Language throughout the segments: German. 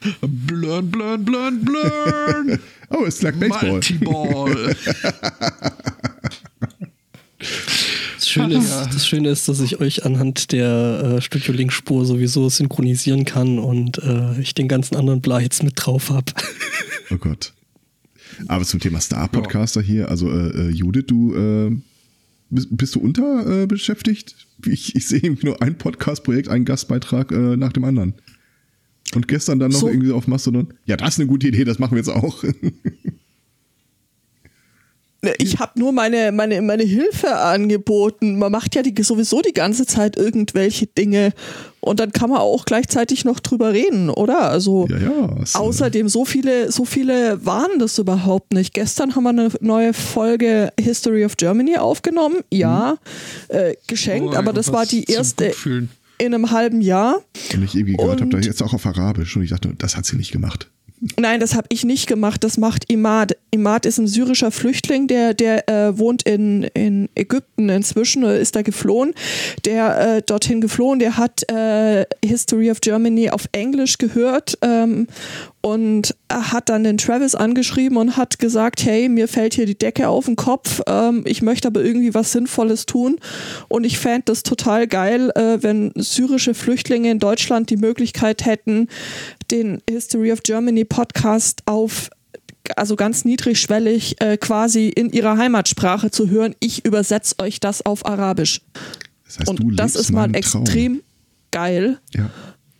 Blurn, blurn, blurn, blurn. Oh, es lag Baseball. Multiball. Das Schöne ist, dass ich euch anhand der Studio Link-Spur sowieso synchronisieren kann und ich den ganzen anderen Bla jetzt mit drauf habe. Oh Gott. Aber zum Thema Star-Podcaster hier, also Judith, du bist du unterbeschäftigt? Ich sehe irgendwie nur ein Podcast-Projekt, einen Gastbeitrag nach dem anderen. Und gestern dann noch irgendwie auf Mastodon. Ja, das ist eine gute Idee, das machen wir jetzt auch. Ich habe nur meine Hilfe angeboten. Man macht ja sowieso die ganze Zeit irgendwelche Dinge und dann kann man auch gleichzeitig noch drüber reden, oder? Also außerdem so viele waren das überhaupt nicht. Gestern haben wir eine neue Folge History of Germany aufgenommen. Ja, geschenkt, aber das war die erste in einem halben Jahr. Und ich irgendwie gehört habe, da jetzt auch auf Arabisch und ich dachte, das hat sie nicht gemacht. Nein, das habe ich nicht gemacht. Das macht Imad. Imad ist ein syrischer Flüchtling, der wohnt in Ägypten inzwischen, ist da geflohen. Der dorthin geflohen, der hat History of Germany auf Englisch gehört und hat dann den Travis angeschrieben und hat gesagt, hey, mir fällt hier die Decke auf den Kopf, ich möchte aber irgendwie was Sinnvolles tun und ich fände das total geil, wenn syrische Flüchtlinge in Deutschland die Möglichkeit hätten, den History of Germany Podcast also ganz niedrigschwellig quasi in ihrer Heimatsprache zu hören. Ich übersetze euch das auf Arabisch. Das heißt, und das ist mal extrem geil. Ja.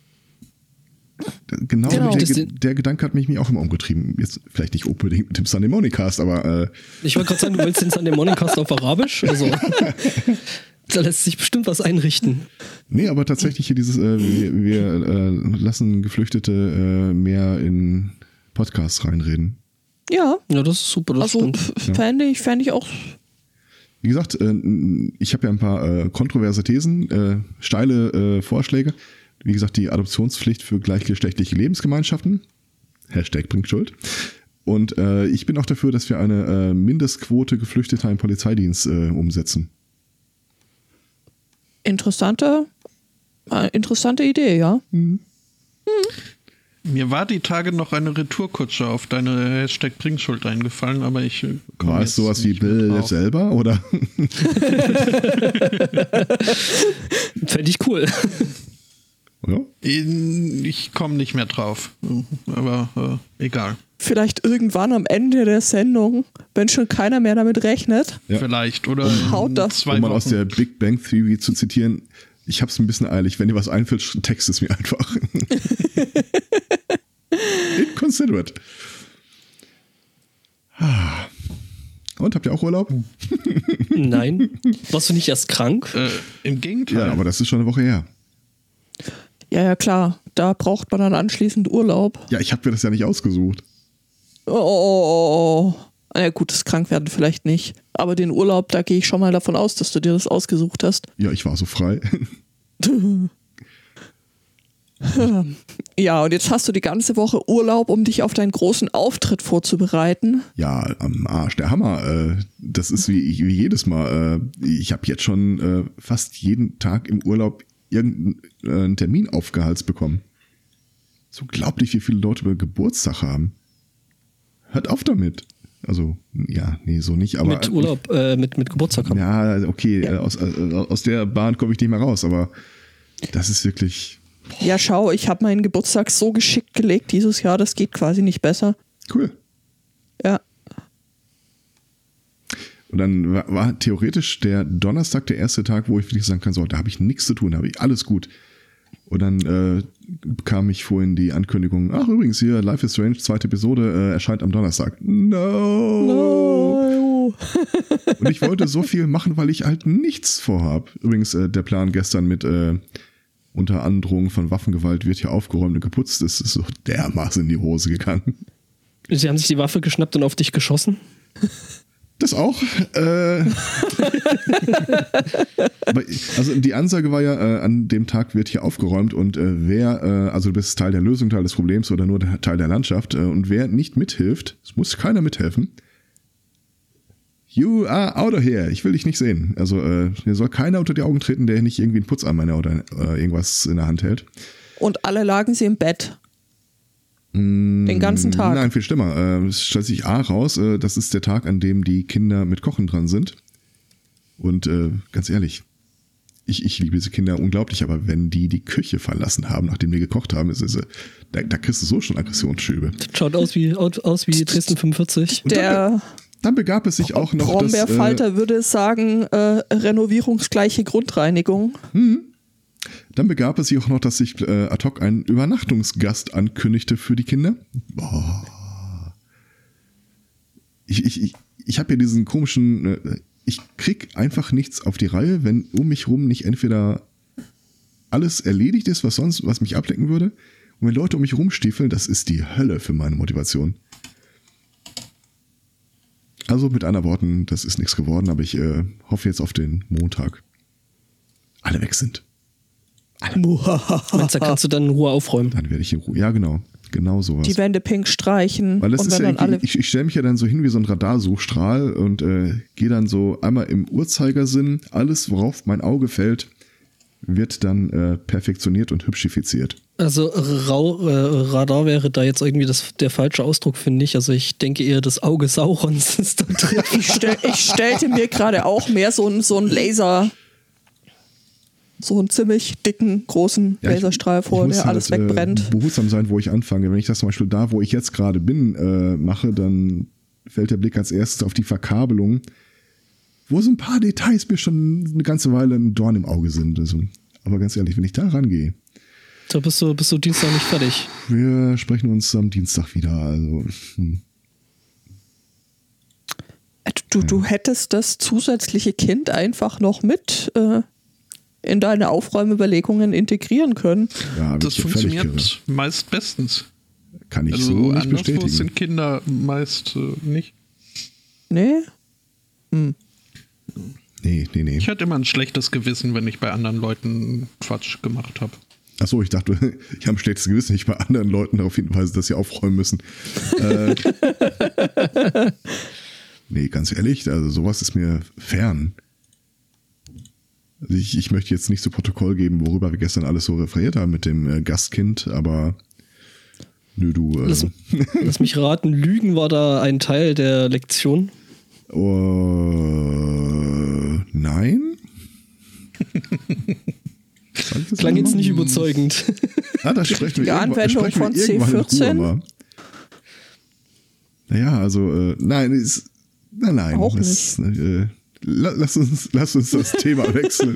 Genau. Der Gedanke hat mich auch immer umgetrieben. Jetzt vielleicht nicht unbedingt mit dem Sunday Morning Cast, aber ich wollte gerade sagen, du willst den Sunday Morning Cast auf Arabisch? Also da lässt sich bestimmt was einrichten. Nee, aber tatsächlich hier dieses, wir lassen Geflüchtete mehr in Podcasts reinreden. Ja, das ist super, das stimmt. Fände ich auch. Wie gesagt, ich habe ja ein paar kontroverse Thesen, steile Vorschläge. Wie gesagt, die Adoptionspflicht für gleichgeschlechtliche Lebensgemeinschaften. # bringt Schuld. Und ich bin auch dafür, dass wir eine Mindestquote Geflüchteter im Polizeidienst umsetzen. Interessante Idee, ja. Mhm. Mir war die Tage noch eine Retourkutsche auf deine # Bringschuld eingefallen, aber ich war es sowas wie Bill selber, oder? Fände ich cool. Ja? Ich komme nicht mehr drauf, aber egal. Vielleicht irgendwann am Ende der Sendung, wenn schon keiner mehr damit rechnet. Ja. Vielleicht, oder haut das. Um mal aus der Big Bang Theory zu zitieren, ich hab's ein bisschen eilig, wenn dir was einfällt, text es mir einfach. Inconsiderate. Und, habt ihr auch Urlaub? Nein. Warst du nicht erst krank? Im Gegenteil. Ja, aber das ist schon eine Woche her. Ja, klar. Da braucht man dann anschließend Urlaub. Ja, ich habe mir das ja nicht ausgesucht. Oh. Na gut, das Krankwerden vielleicht nicht. Aber den Urlaub, da gehe ich schon mal davon aus, dass du dir das ausgesucht hast. Ja, ich war so frei. Ja, und jetzt hast du die ganze Woche Urlaub, um dich auf deinen großen Auftritt vorzubereiten. Ja, am Arsch, der Hammer. Das ist wie jedes Mal. Ich habe jetzt schon fast jeden Tag im Urlaub irgendeinen Termin aufgehalst bekommen. So unglaublich, wie viele Leute Geburtstag haben. Hört auf damit. Also, ja, nee, so nicht, aber... Mit Urlaub, mit Geburtstag haben. Ja, okay, ja. Aus der Bahn komme ich nicht mehr raus, aber das ist wirklich... Ja, schau, ich habe meinen Geburtstag so geschickt gelegt dieses Jahr, das geht quasi nicht besser. Cool. Ja. Und dann war theoretisch der Donnerstag der erste Tag, wo ich wirklich sagen kann, so, da habe ich nichts zu tun, da habe ich alles gut. Und dann bekam ich vorhin die Ankündigung, ach übrigens hier, Life is Strange, 2. Episode, erscheint am Donnerstag. No! Und ich wollte so viel machen, weil ich halt nichts vorhab. Übrigens, der Plan gestern mit unter Androhung von Waffengewalt wird hier aufgeräumt und geputzt, ist so dermaßen in die Hose gegangen. Sie haben sich die Waffe geschnappt und auf dich geschossen? Das auch. Aber, also die Ansage war ja, an dem Tag wird hier aufgeräumt und also du bist Teil der Lösung, Teil des Problems oder nur Teil der Landschaft und wer nicht mithilft, es muss keiner mithelfen, you are out of here, ich will dich nicht sehen. Also hier soll keiner unter die Augen treten, der nicht irgendwie einen Putzeimer oder irgendwas in der Hand hält. Und alle lagen sie im Bett. Den ganzen Tag? Nein, viel schlimmer. Es stellt sich A raus, das ist der Tag, an dem die Kinder mit Kochen dran sind. Und ganz ehrlich, ich liebe diese Kinder unglaublich, aber wenn die Küche verlassen haben, nachdem wir gekocht haben, da kriegst du so schon Aggressionsschübe. Das schaut aus wie Dresden 45. Und Der dann begab es sich auch noch, Brombeerfalter würde sagen, renovierungsgleiche Grundreinigung. Dann begab es sich auch noch, dass sich ad hoc ein Übernachtungsgast ankündigte für die Kinder. Boah. Ich habe ja diesen komischen, ich krieg einfach nichts auf die Reihe, wenn um mich rum nicht entweder alles erledigt ist, was mich ablenken würde. Und wenn Leute um mich rumstiefeln, das ist die Hölle für meine Motivation. Also mit anderen Worten, das ist nichts geworden, aber ich hoffe jetzt auf den Montag. Alle weg sind. Meinst du, kannst du dann in Ruhe aufräumen? Dann werde ich in Ruhe. Ja, genau sowas. Die Wände pink streichen. Weil das und ist wenn ja dann alle ich stelle mich ja dann so hin wie so ein Radarsuchstrahl und gehe dann so einmal im Uhrzeigersinn. Alles, worauf mein Auge fällt, wird dann perfektioniert und hübschifiziert. Also Radar wäre da jetzt irgendwie der falsche Ausdruck, finde ich. Also ich denke eher, das Auge Saurons ist da drin. Ich stellte mir gerade auch mehr so ein Laser, so einen ziemlich dicken, großen Laserstrahl vor, der alles wegbrennt. Behutsam sein, wo ich anfange. Wenn ich das zum Beispiel da, wo ich jetzt gerade bin, mache, dann fällt der Blick als erstes auf die Verkabelung, wo so ein paar Details mir schon eine ganze Weile ein Dorn im Auge sind. Also, aber ganz ehrlich, wenn ich da rangehe. Da bist du Dienstag nicht fertig. Wir sprechen uns am Dienstag wieder. Also, Du hättest das zusätzliche Kind einfach noch mit in deine Aufräumüberlegungen integrieren können. Ja, das funktioniert meist bestens. Kann ich also so nicht bestätigen. Anderswo sind Kinder meist nicht. Nee? Nee. Ich hatte immer ein schlechtes Gewissen, wenn ich bei anderen Leuten Quatsch gemacht habe. Achso, ich dachte, ich habe ein schlechtes Gewissen, wenn ich bei anderen Leuten darauf hinweise, dass sie aufräumen müssen. Nee, ganz ehrlich, also sowas ist mir fern. Also ich möchte jetzt nicht zu Protokoll geben, worüber wir gestern alles so referiert haben mit dem Gastkind, aber nö, du... Lass mich raten, Lügen war da ein Teil der Lektion? Nein? Klang jetzt nicht überzeugend. Da sprechen wir Anwendung von C14. Naja, also nein. Auch nicht. Lass uns das Thema wechseln.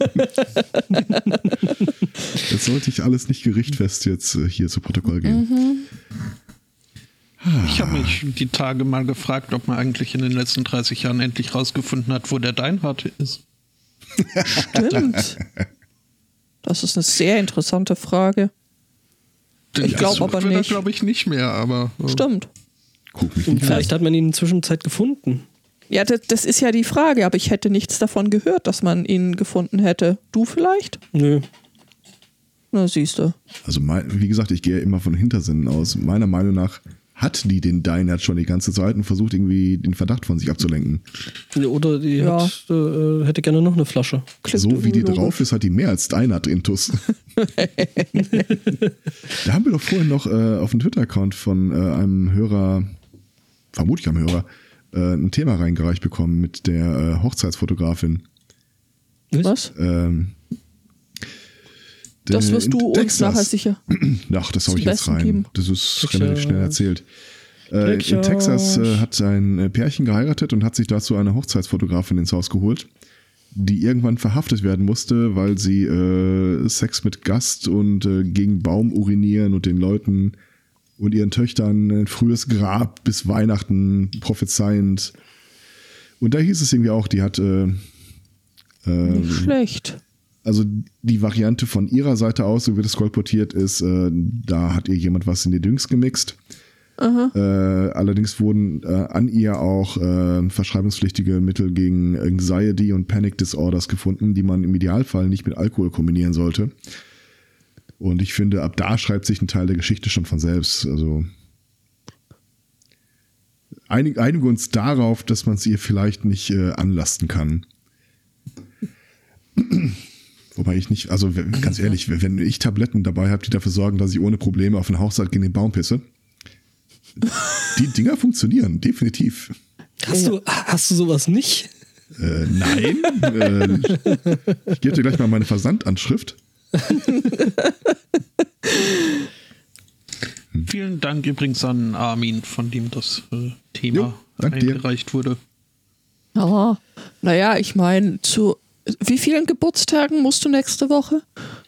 Jetzt sollte ich alles nicht gerichtfest jetzt hier zu Protokoll gehen. Ich habe mich die Tage mal gefragt, ob man eigentlich in den letzten 30 Jahren endlich rausgefunden hat, wo der Deinhard ist. Stimmt. Das ist eine sehr interessante Frage. Ich glaube aber nicht. Glaube ich nicht mehr, aber... Stimmt. Guck mich Und nicht vielleicht hat man ihn in der Zwischenzeit gefunden. Ja, das ist ja die Frage, aber ich hätte nichts davon gehört, dass man ihn gefunden hätte. Du vielleicht? Nö. Na, siehst du. Also wie gesagt, ich gehe immer von Hintersinnen aus. Meiner Meinung nach hat die den Deinhard schon die ganze Zeit und versucht irgendwie den Verdacht von sich abzulenken. Oder die hätte gerne noch eine Flasche. Klingt so wie die logisch. drauf ist, hat die mehr als Deinhard intus. Da haben wir doch vorhin noch auf dem Twitter-Account von einem Hörer, vermutlich am Hörer, ein Thema reingereicht bekommen mit der Hochzeitsfotografin. Was? Das wirst du uns nachher sicher. Ach, das hau ich jetzt rein. Geben. Das ist relativ schnell erzählt. In Texas hat ein Pärchen geheiratet und hat sich dazu eine Hochzeitsfotografin ins Haus geholt, die irgendwann verhaftet werden musste, weil sie Sex mit Gast und gegen Baum urinieren und den Leuten und ihren Töchtern ein frühes Grab bis Weihnachten prophezeiend. Und da hieß es irgendwie auch, die hat nicht schlecht. Also die Variante von ihrer Seite aus, so wie das kolportiert ist, da hat ihr jemand was in die Düngs gemixt. Allerdings wurden an ihr auch verschreibungspflichtige Mittel gegen Anxiety und Panic Disorders gefunden, die man im Idealfall nicht mit Alkohol kombinieren sollte. Und ich finde, ab da schreibt sich ein Teil der Geschichte schon von selbst. Also einigen wir uns darauf, dass man es ihr vielleicht nicht anlasten kann. Wobei ich nicht, also ganz ehrlich, wenn ich Tabletten dabei habe, die dafür sorgen, dass ich ohne Probleme auf eine Hochzeit gegen den Baum pisse, Die Dinger funktionieren, definitiv. Hast du sowas nicht? Nein. Ich gebe dir gleich mal meine Versandanschrift. Vielen Dank übrigens an Armin, von dem das Thema Jo, dank dir. eingereicht wurde. Ah, naja, ich meine, zu wie vielen Geburtstagen musst du nächste Woche?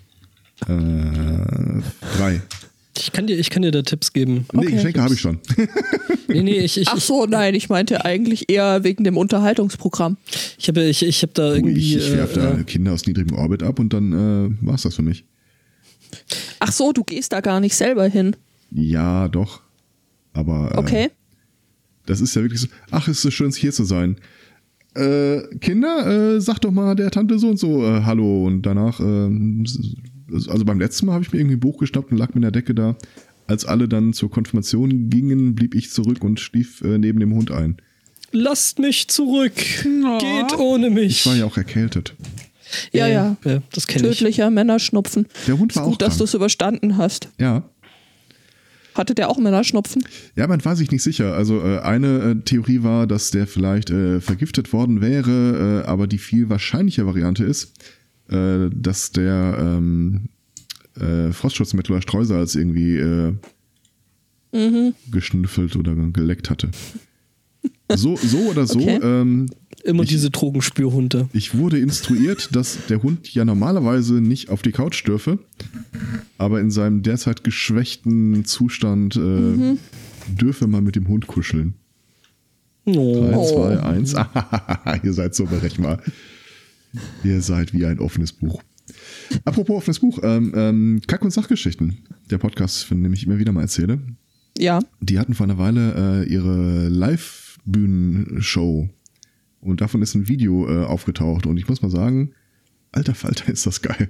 3. Ich kann dir da Tipps geben. Nee, Okay. Geschenke habe ich schon. Nee, Ach so, nein, ich meinte eigentlich eher wegen dem Unterhaltungsprogramm. ich hab da irgendwie. Ich werfe da Kinder aus niedrigem Orbit ab und dann war's das für mich. Ach so, du gehst da gar nicht selber hin. Ja, doch. Aber Okay. das ist ja wirklich so, ach, ist so schön, hier zu sein. Kinder, sag doch mal der Tante so und so hallo. Und danach, also beim letzten Mal habe ich mir irgendwie ein Buch geschnappt und lag mit der Decke da. Als alle dann zur Konfirmation gingen, blieb ich zurück und schlief neben dem Hund ein. Lasst mich zurück. Geht ohne mich. Ich war ja auch erkältet. Ja. Das kenne ich. Tödlicher Männerschnupfen. Der Hund Ist war auch gut, dass krank. du es überstanden hast. Ja. Hatte der auch Männerschnupfen? Ja, man war sich nicht sicher. Also eine Theorie war, dass der vielleicht vergiftet worden wäre, aber die viel wahrscheinliche Variante ist, dass der Frostschutzmittel oder Streusalz irgendwie geschnüffelt oder geleckt hatte. So oder so. Okay. Immer diese Drogenspürhunde. Ich wurde instruiert, dass der Hund ja normalerweise nicht auf die Couch dürfe, aber in seinem derzeit geschwächten Zustand dürfe man mit dem Hund kuscheln. 3, Oh. 2, 1. Ihr seid so berechenbar. Ihr seid wie ein offenes Buch. Apropos offenes Buch, Kack- und Sachgeschichten, der Podcast, von dem ich immer wieder mal erzähle, Ja. die hatten vor einer Weile ihre Live-Bühnenshow und davon ist ein Video aufgetaucht und ich muss mal sagen, alter Falter, ist das geil.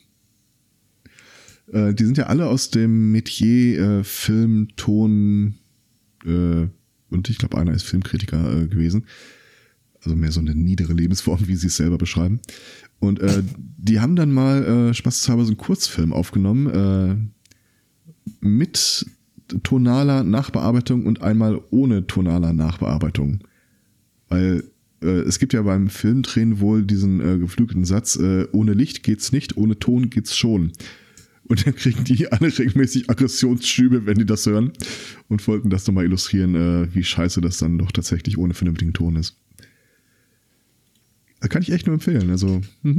Die sind ja alle aus dem Metier Film, Ton und ich glaube, einer ist Filmkritiker gewesen. Also mehr so eine niedere Lebensform, wie sie es selber beschreiben. Und die haben dann mal spaßeshalber so einen Kurzfilm aufgenommen mit tonaler Nachbearbeitung und einmal ohne tonaler Nachbearbeitung. Weil es gibt ja beim Filmdrehen wohl diesen geflügelten Satz, ohne Licht geht's nicht, ohne Ton geht's schon. Und dann kriegen die alle regelmäßig Aggressionsschübe, wenn die das hören und wollten das nochmal illustrieren, wie scheiße das dann doch tatsächlich ohne vernünftigen Ton ist. Das kann ich echt nur empfehlen. Also,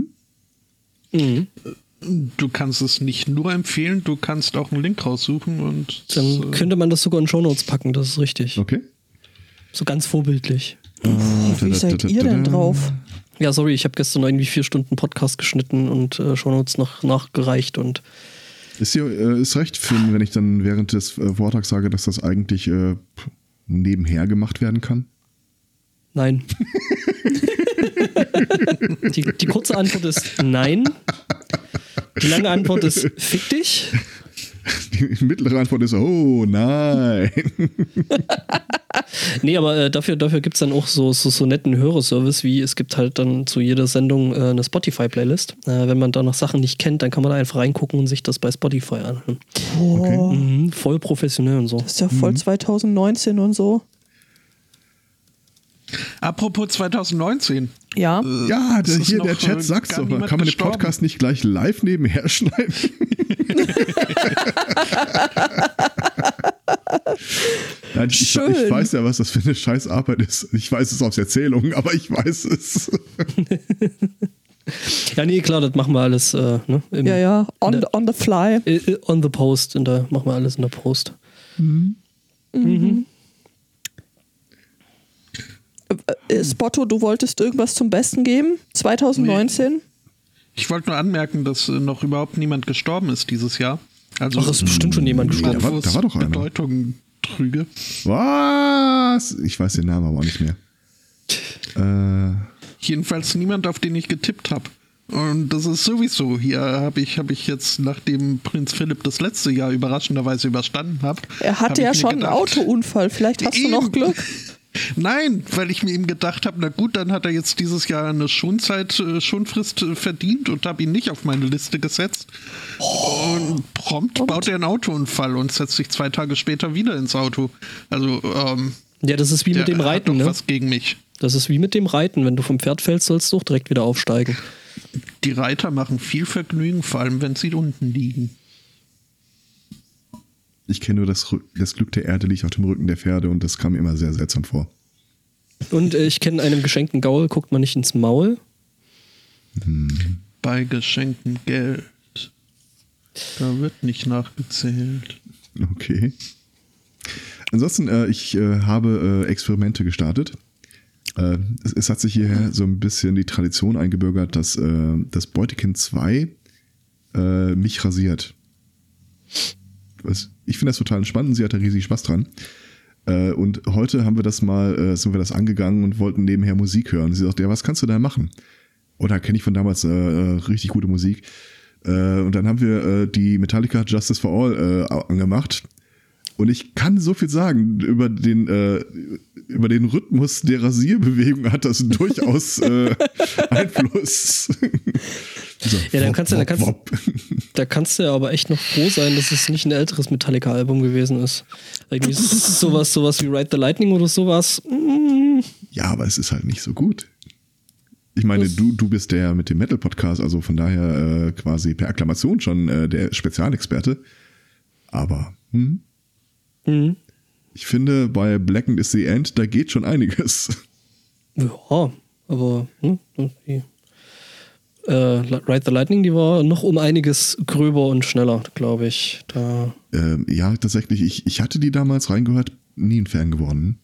Du kannst es nicht nur empfehlen, du kannst auch einen Link raussuchen und Dann könnte man das sogar in Shownotes packen, das ist richtig. okay. So ganz vorbildlich. Wie seid ihr denn drauf? Ja, sorry, ich habe gestern irgendwie 4 Stunden Podcast geschnitten und Shownotes noch nachgereicht und Ist recht, Finn, wenn ich dann während des Vortrags sage, dass das eigentlich nebenher gemacht werden kann? nein. Die kurze Antwort ist nein. Die lange Antwort ist fick dich. Die mittlere Antwort ist, oh nein. Nee, aber dafür gibt es dann auch so netten Hörerservice, wie es gibt halt dann zu jeder Sendung eine Spotify-Playlist. Wenn man da noch Sachen nicht kennt, dann kann man da einfach reingucken und sich das bei Spotify anhören. Oh, Voll professionell und so. das ist ja voll 2019 und so. Apropos 2019. Ja. Ja, Es ist hier noch, der Chat sagt's gar doch mal. niemand Kann man den gestorben. Podcast nicht gleich live nebenher schneiden? Nein, ich Schön. weiß ja, was das für eine scheiß Arbeit ist. Ich weiß es aus Erzählungen, aber ich weiß es. Ja, nee, klar, das machen wir alles ne, Ja, on the fly. on the post. Und da machen wir alles in der Post. Spotto, du wolltest irgendwas zum Besten geben? 2019? Ich wollte nur anmerken, dass noch überhaupt niemand gestorben ist dieses Jahr. Also Ach, ist bestimmt schon jemand gestorben. Da war doch einer. Bedeutung trüge. Was? Ich weiß den Namen aber auch nicht mehr. Jedenfalls niemand, auf den ich getippt habe. Und das ist sowieso, hier habe ich jetzt, nachdem Prinz Philipp das letzte Jahr überraschenderweise überstanden hat. Er hatte ja schon einen Autounfall. Vielleicht hast du noch Glück. Nein, weil ich mir ihm gedacht habe, na gut, dann hat er jetzt dieses Jahr eine Schonfrist verdient und habe ihn nicht auf meine Liste gesetzt. Und prompt baut er einen Autounfall und setzt sich 2 Tage später wieder ins Auto. Also, ja, das ist wie mit dem Reiten, ne? Was gegen mich. Das ist wie mit dem Reiten. Wenn du vom Pferd fällst, sollst du auch direkt wieder aufsteigen. Die Reiter machen viel Vergnügen, vor allem wenn sie unten liegen. Ich kenne nur das Glück der Erde liegt auf dem Rücken der Pferde und das kam mir immer sehr seltsam vor. Und ich kenne einem geschenkten Gaul, guckt man nicht ins Maul. Bei geschenktem Geld. Da wird nicht nachgezählt. Okay. Ansonsten, ich habe Experimente gestartet. Es hat sich hierher so ein bisschen die Tradition eingebürgert, dass das Beutekind 2 mich rasiert. Ich finde das total entspannt und sie hatte riesig Spaß dran. Und heute sind wir das angegangen und wollten nebenher Musik hören. Sie sagte, ja, was kannst du da machen? Oder kenne ich von damals richtig gute Musik. Und dann haben wir die Metallica Justice for All angemacht. Und ich kann so viel sagen, über den Rhythmus der Rasierbewegung hat das durchaus Einfluss. So, ja, da kannst du ja aber echt noch froh sein, dass es nicht ein älteres Metallica-Album gewesen ist. Irgendwie sowas wie Ride the Lightning oder sowas. Ja, aber es ist halt nicht so gut. Ich meine, du bist der mit dem Metal-Podcast, also von daher quasi per Akklamation schon der Spezialexperte. Aber ich finde, bei Blackened is the End, da geht schon einiges. Ja, aber Ride the Lightning, die war noch um einiges gröber und schneller, glaube ich. Ja, tatsächlich. Ich hatte die damals reingehört, nie ein Fan geworden.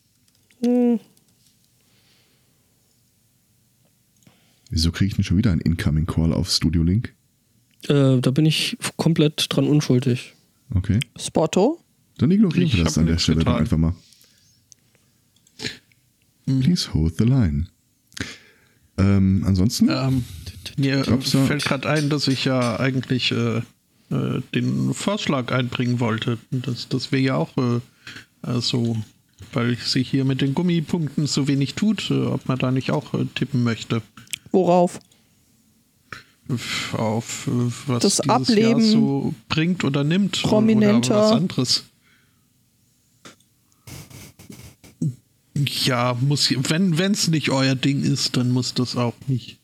Wieso kriege ich denn schon wieder einen Incoming Call auf Studio Link? Da bin ich komplett dran unschuldig. Okay. Spotto? Dann ignorieren wir das an der Stelle doch einfach mal. Please hold the line. Ansonsten? Mir fällt gerade ein, dass ich ja eigentlich den Vorschlag einbringen wollte. Das wäre ja auch so, weil sie hier mit den Gummipunkten so wenig tut, ob man da nicht auch tippen möchte. Worauf? Auf was das dieses Ableben Jahr so bringt oder nimmt prominenter oder was anderes. Ja, wenn es nicht euer Ding ist, dann muss das auch nicht.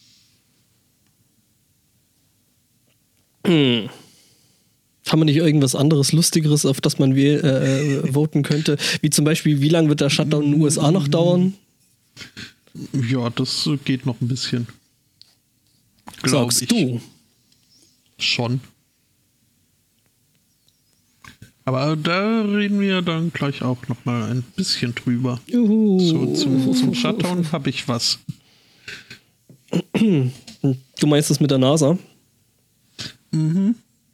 Haben wir nicht irgendwas anderes, Lustigeres, auf das man voten könnte? Wie zum Beispiel, wie lange wird der Shutdown in den USA noch dauern? Ja, das geht noch ein bisschen. Sagst du? Schon. Aber da reden wir dann gleich auch noch mal ein bisschen drüber. So, zum Shutdown habe ich was. Du meinst das mit der NASA? Mhm.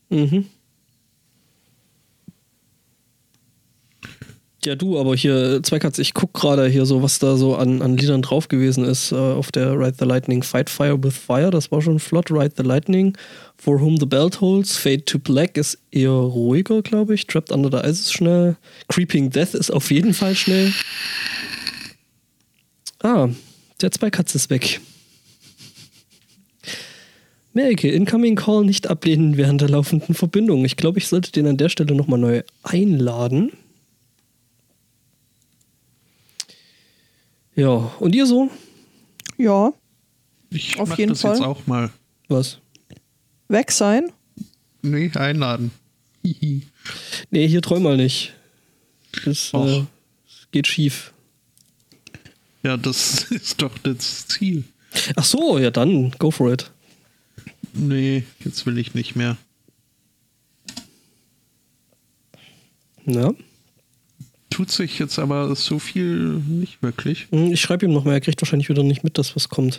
Ja, du, aber hier, Zweikatz, ich guck gerade hier so, was da so an Liedern drauf gewesen ist auf der Ride the Lightning. Fight Fire with Fire, das war schon flott. Ride the Lightning, For Whom the Bell Tolls, Fade to Black ist eher ruhiger, glaube ich. Trapped Under the Ice ist schnell. Creeping Death ist auf jeden Fall schnell. Der Zweikatz ist weg. Merke, Incoming Call nicht ablehnen während der laufenden Verbindung. Ich glaube, ich sollte den an der Stelle nochmal neu einladen. Ja, und ihr so? Ja. Ich auf mach jeden das Fall. Jetzt auch mal. Was? Weg sein? Nee, einladen. Nee, hier träum mal nicht. Das geht schief. Ja, das ist doch das Ziel. Ach so, ja dann, go for it. Nee, jetzt will ich nicht mehr. Na? Tut sich jetzt aber so viel nicht wirklich. Ich schreibe ihm nochmal, er kriegt wahrscheinlich wieder nicht mit, dass was kommt.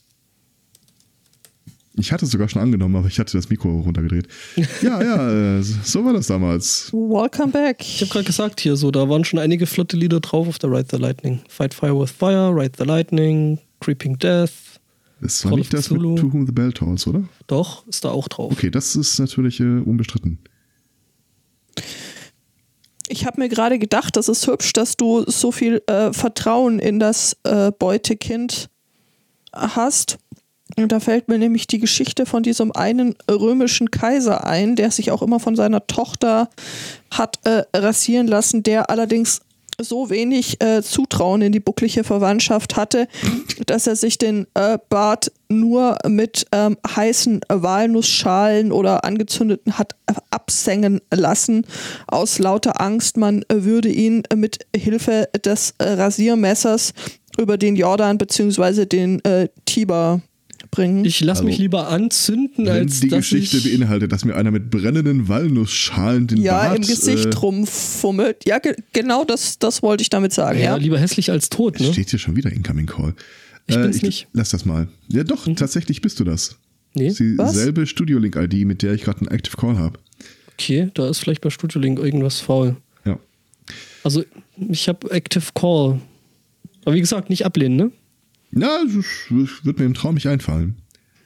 Ich hatte es sogar schon angenommen, aber ich hatte das Mikro runtergedreht. Ja, so war das damals. Welcome back. Ich habe gerade gesagt hier so, da waren schon einige flotte Lieder drauf auf der Ride the Lightning. Fight Fire with Fire, Ride the Lightning, Creeping Death. Das war nicht das mit To Whom the Bell Tolls, oder? Doch, ist da auch drauf. Okay, das ist natürlich unbestritten. Ich habe mir gerade gedacht, das ist hübsch, dass du so viel Vertrauen in das Beutekind hast. Und da fällt mir nämlich die Geschichte von diesem einen römischen Kaiser ein, der sich auch immer von seiner Tochter hat rasieren lassen, der allerdings so wenig Zutrauen in die bucklige Verwandtschaft hatte, dass er sich den Bart nur mit heißen Walnussschalen oder angezündeten hat absengen lassen, aus lauter Angst, man würde ihn mit Hilfe des Rasiermessers über den Jordan bzw. den Tiber bringen. Ich lasse mich lieber anzünden, als die dass Geschichte beinhaltet, dass mir einer mit brennenden Walnussschalen den Bart... im Gesicht rumfummelt. Ja, genau das wollte ich damit sagen. Ja, Ja, lieber hässlich als tot, ne? Steht hier schon wieder Incoming Call. Ich bin's nicht. Lass das mal. Ja doch, tatsächlich bist du das. Nee. Das ist Was? dieselbe Studio-Link-ID, mit der ich gerade einen Active Call habe. Okay, da ist vielleicht bei Studio Link irgendwas faul. Ja. Also, ich habe Active Call. Aber wie gesagt, nicht ablehnen, ne? Na, das wird mir im Traum nicht einfallen.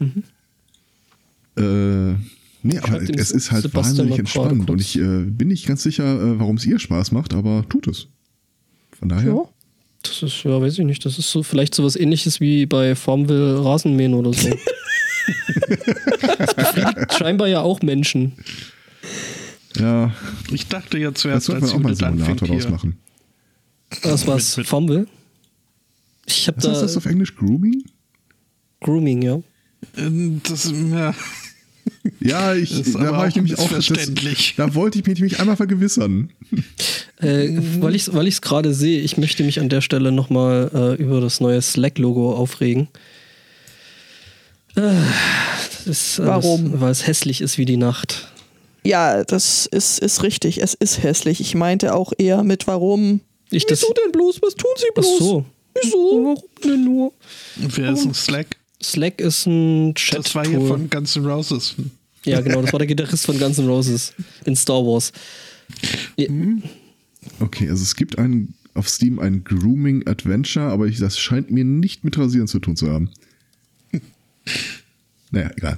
Nee, aber Schreibt dem es ist halt Sebastian wahnsinnig mal gerade entspannt und kurz. ich bin nicht ganz sicher, warum es ihr Spaß macht, aber tut es. Von daher. Ja. Das ist, ja, weiß ich nicht. Das ist so vielleicht sowas ähnliches wie bei Farmville Rasenmähen oder so. Das befriedigt scheinbar ja auch Menschen. Ja, Ich dachte ja das zuerst, sollte man als auch mal einen Judith anfing Simulator draus hier. machen. Was war's? mit- Farmville? Ich habe Was heißt da das auf Englisch? Grooming? Grooming, ja. Das, ja, Ja, das ist da aber war ich auch nämlich auch. missverständlich. Da wollte ich mich nämlich einmal vergewissern. Weil ich es gerade sehe, ich möchte mich an der Stelle nochmal über das neue Slack-Logo aufregen. Warum? Weil es hässlich ist wie die Nacht. Ja, das ist richtig. Es ist hässlich. Ich meinte auch eher mit warum. Ich das, Wieso denn bloß? Was tun Sie ach bloß? so. Wieso? Warum denn nur? Wer ist ein Slack? Slack ist ein Das war hier Chat-Tool. von Guns N' Roses. Ja, genau, das war der Gitarrist von Guns N' Roses in Star Wars. Ja, Okay, also es gibt auf Steam ein Grooming Adventure, aber das scheint mir nicht mit Rasieren zu tun zu haben. Naja, egal.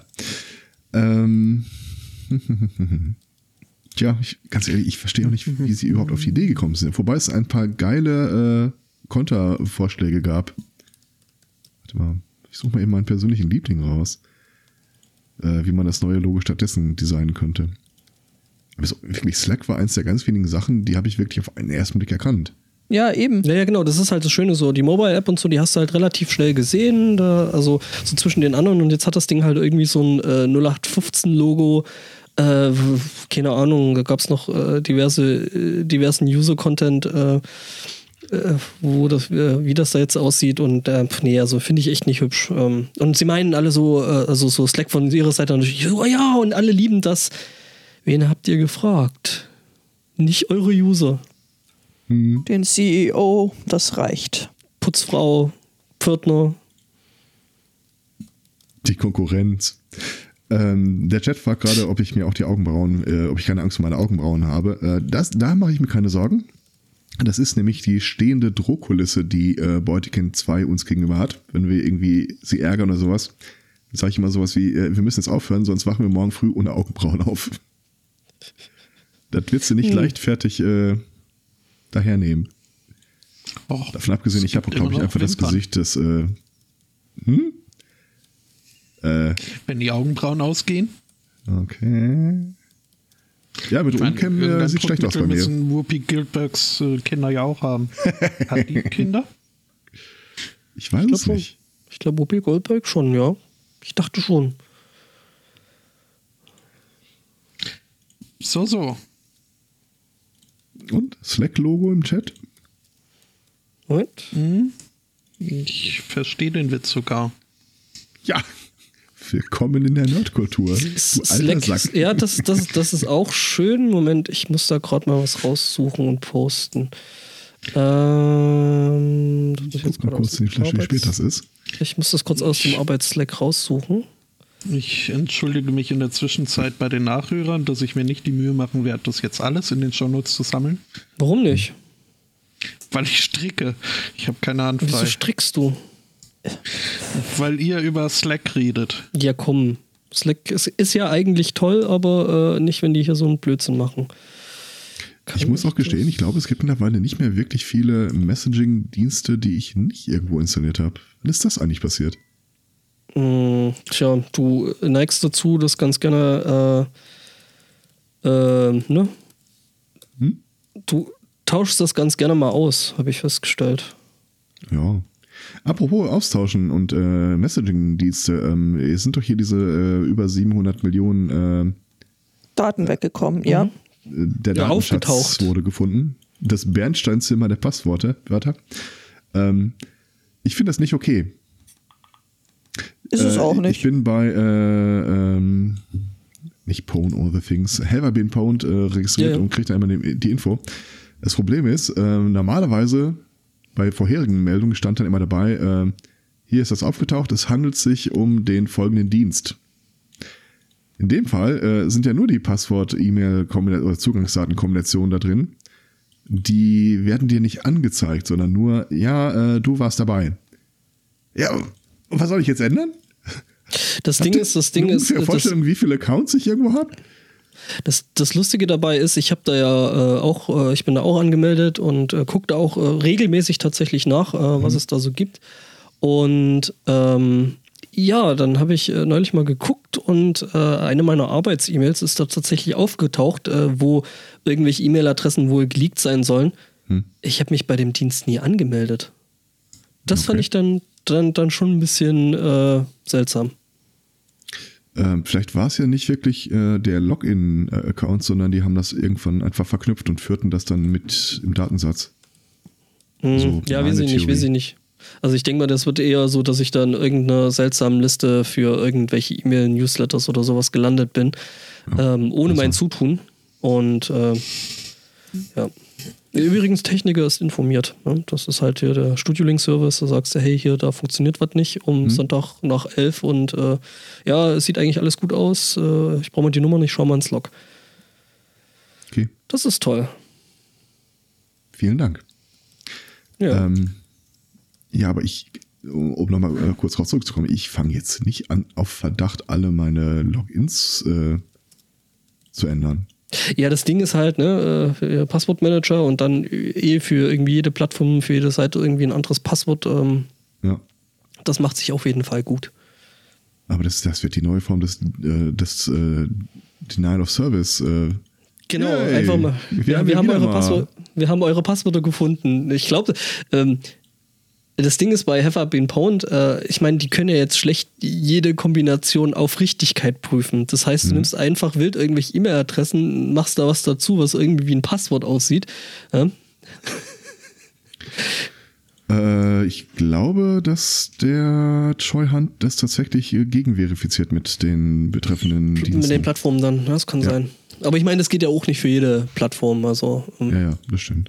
Tja, ganz ehrlich, ich verstehe auch nicht, wie sie überhaupt auf die Idee gekommen sind. Wobei es ein paar geile Kontervorschläge gab. Warte mal, ich suche mal eben meinen persönlichen Liebling raus. Wie man das neue Logo stattdessen designen könnte. Aber so, wirklich, Slack war eins der ganz wenigen Sachen, die habe ich wirklich auf einen ersten Blick erkannt. Ja, eben. ja, genau, das ist halt das Schöne so. Die Mobile-App und so, die hast du halt relativ schnell gesehen, also so zwischen den anderen und jetzt hat das Ding halt irgendwie so ein 0815-Logo. Keine Ahnung, da gab es noch diversen User-Content, wie das da jetzt aussieht und nee, also finde ich echt nicht hübsch. Und sie meinen alle so, also so Slack von ihrer Seite natürlich, oh ja, und alle lieben das. Wen habt ihr gefragt? Nicht eure User. Den CEO, das reicht. Putzfrau, Pförtner. Die Konkurrenz. Der Chat fragt gerade, ob ich mir auch die Augenbrauen, ob ich keine Angst vor meine Augenbrauen habe. Da mache ich mir keine Sorgen. Das ist nämlich die stehende Drohkulisse, die Beutekind 2 uns gegenüber hat, wenn wir irgendwie sie ärgern oder sowas. Dann sage ich immer sowas wie, wir müssen jetzt aufhören, sonst wachen wir morgen früh ohne Augenbrauen auf. Das wird sie nicht leichtfertig dahernehmen. Och, Davon abgesehen, ich habe, gibt glaube ich, immer noch einfach das Wimpern. Gesicht des... Wenn die Augenbrauen ausgehen. Okay. Ja, mit Umcam irgendein sieht schlecht aus bei mir. müssen Whoopi Goldbergs Kinder ja auch haben. Hat die Kinder? Ich weiß es nicht. Ich glaube, Whoopi Goldberg schon, ja. Ich dachte schon. So. Und? Slack-Logo im Chat? Moment. Ich verstehe den Witz sogar. Ja. Willkommen in der Nerdkultur. Du alter Slack, Sack. ja, das ist auch schön. Moment, ich muss da gerade mal was raussuchen und posten. Das muss ich jetzt Guck mal gerade kurz aus in dem die Flasche, wie spät das ist. Ich muss das kurz aus dem Arbeitsslack raussuchen. Ich entschuldige mich in der Zwischenzeit bei den Nachhörern, dass ich mir nicht die Mühe machen werde, das jetzt alles in den Shownotes zu sammeln. Warum nicht? Weil ich stricke. Ich habe keine Hand Wieso frei. strickst du? Weil ihr über Slack redet. Ja, komm. Slack ist ja eigentlich toll, aber nicht, wenn die hier so einen Blödsinn machen. Ich muss auch gestehen, ich glaube, es gibt mittlerweile nicht mehr wirklich viele Messaging-Dienste, die ich nicht irgendwo installiert habe. Wann ist das eigentlich passiert? Tja, du neigst dazu, das ganz gerne, ne? Du tauschst das ganz gerne mal aus, habe ich festgestellt. Ja. Apropos Austauschen und Messaging-Dienste, es sind doch hier diese über 700 Millionen Daten weggekommen, ja. Der Ja, Datenschatz aufgetaucht. wurde gefunden. Das Bernsteinzimmer der Passwörter. Ich finde das nicht okay. Ist es auch nicht. Ich bin bei nicht Pwn All the Things, Have I Been Pwned registriert und kriege da immer die Info. Das Problem ist, normalerweise bei vorherigen Meldungen stand dann immer dabei, hier ist das aufgetaucht, es handelt sich um den folgenden Dienst. In dem Fall sind ja nur die Passwort-E-Mail- oder Zugangsdatenkombinationen da drin. Die werden dir nicht angezeigt, sondern nur, du warst dabei. Ja, und was soll ich jetzt ändern? Das Ding ist, Vorstellung, wie viele Accounts ich irgendwo habe? Das Lustige dabei ist, ich habe da ja ich bin da auch angemeldet und gucke da auch regelmäßig tatsächlich nach, was es da so gibt. Und dann habe ich neulich mal geguckt und eine meiner Arbeits-E-Mails ist da tatsächlich aufgetaucht, wo irgendwelche E-Mail-Adressen wohl geleakt sein sollen. Ich habe mich bei dem Dienst nie angemeldet. Das fand ich dann schon ein bisschen seltsam. Vielleicht war es ja nicht wirklich der Login-Account, sondern die haben das irgendwann einfach verknüpft und führten das dann mit im Datensatz. So, ja, weiß ich nicht. Also ich denke mal, das wird eher so, dass ich da in irgendeiner seltsamen Liste für irgendwelche E-Mail-Newsletters oder sowas gelandet bin, ohne mein Zutun. Und ja. Übrigens, Techniker ist informiert. Ne? Das ist halt hier der Studio-Link-Service. Da sagst du, hey, hier, da funktioniert was nicht Sonntag nach 11 und es sieht eigentlich alles gut aus. Ich brauche mal die Nummer nicht, schau mal ins Log. Okay. Das ist toll. Vielen Dank. Ja. Aber um nochmal kurz drauf zurückzukommen, ich fange jetzt nicht an, auf Verdacht alle meine Logins zu ändern. Ja, das Ding ist halt, Passwortmanager und dann für irgendwie jede Plattform, für jede Seite irgendwie ein anderes Passwort. Das macht sich auf jeden Fall gut. Aber das wird die neue Form des Denial of Service. Genau, einfach mal. Wir haben eure Passwörter gefunden. Ich glaube, das Ding ist bei Have I Been Pwned, ich meine, die können ja jetzt schlecht jede Kombination auf Richtigkeit prüfen. Das heißt, du nimmst einfach wild irgendwelche E-Mail-Adressen, machst da was dazu, was irgendwie wie ein Passwort aussieht. Ja? Ich glaube, dass der Treuhand das tatsächlich gegenverifiziert mit den betreffenden Diensten. Mit den Plattformen dann, das kann sein. Aber ich meine, das geht ja auch nicht für jede Plattform. Also, ja, das stimmt.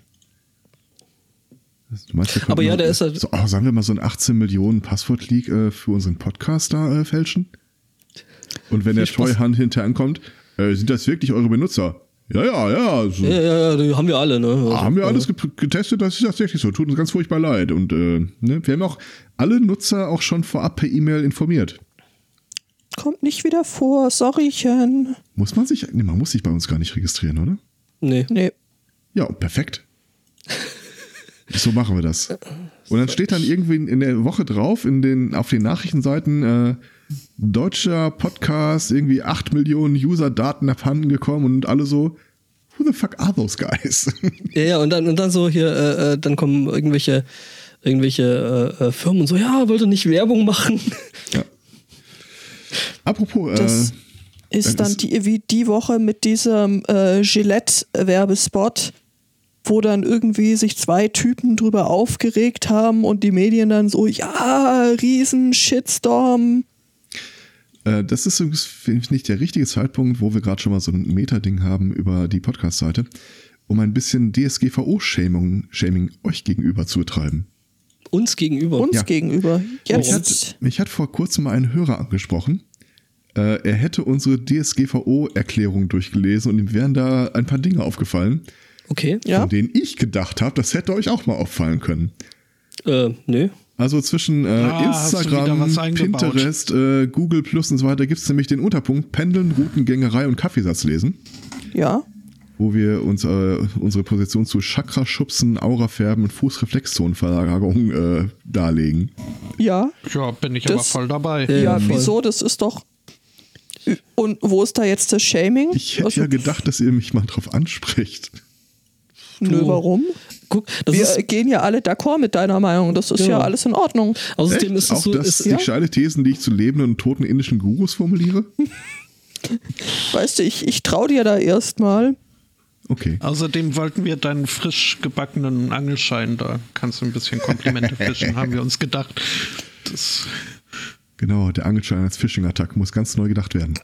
Du meinst, aber ja, der ist halt. Sagen wir mal, so ein 18 Millionen Passwort-Leak für unseren Podcast da fälschen? Und wenn der Treuhand hinterher ankommt, sind das wirklich eure Benutzer? Ja. So. Ja, die haben wir alle, ne? Also, haben wir alles getestet, das ist tatsächlich so. Tut uns ganz furchtbar leid. Und wir haben auch alle Nutzer auch schon vorab per E-Mail informiert. Kommt nicht wieder vor, sorrychen. Man muss sich bei uns gar nicht registrieren, oder? Nee. Ja, perfekt. So machen wir das. Und dann steht dann irgendwie in der Woche drauf, auf den Nachrichtenseiten, deutscher Podcast, irgendwie 8 Millionen User-Daten abhanden gekommen und alle so, who the fuck are those guys? Ja, und dann so hier, dann kommen irgendwelche Firmen und so, ja, wollt ihr nicht Werbung machen? Ja. Apropos, das ist dann die Woche mit diesem Gillette-Werbespot, wo dann irgendwie sich 2 Typen drüber aufgeregt haben und die Medien dann so, ja, riesen Shitstorm. Das ist finde ich, nicht der richtige Zeitpunkt, wo wir gerade schon mal so ein Meta-Ding haben über die Podcast-Seite, um ein bisschen DSGVO-Shaming euch gegenüber zu betreiben. Uns gegenüber? Uns gegenüber. Jetzt. Mich hat vor kurzem mal ein Hörer angesprochen. Er hätte unsere DSGVO-Erklärung durchgelesen und ihm wären da ein paar Dinge aufgefallen. Okay, von denen ich gedacht habe, das hätte euch auch mal auffallen können. Nö. Also zwischen Instagram, Pinterest, Google Plus und so weiter gibt es nämlich den Unterpunkt Pendeln, Routengängerei und Kaffeesatz lesen. Ja. wo wir uns unsere Position zu Chakra-Schubsen, Aura-Färben und Fußreflexzonenverlagerung darlegen. Ja. Ja, bin ich aber voll dabei. Ja, wieso? Das ist doch... Und wo ist da jetzt das Shaming? Ich hätte ja gedacht, dass ihr mich mal drauf anspricht. Nö, warum? Guck, wir gehen ja alle d'accord mit deiner Meinung. Das ist ja alles in Ordnung. Außerdem ist es auch so... die steile Thesen, die ich zu lebenden und toten indischen Gurus formuliere? Weißt du, ich traue dir da erstmal. Okay. Außerdem wollten wir deinen frisch gebackenen Angelschein, da kannst du ein bisschen Komplimente fischen, haben wir uns gedacht. Genau, der Angelschein als Phishing-Attack muss ganz neu gedacht werden.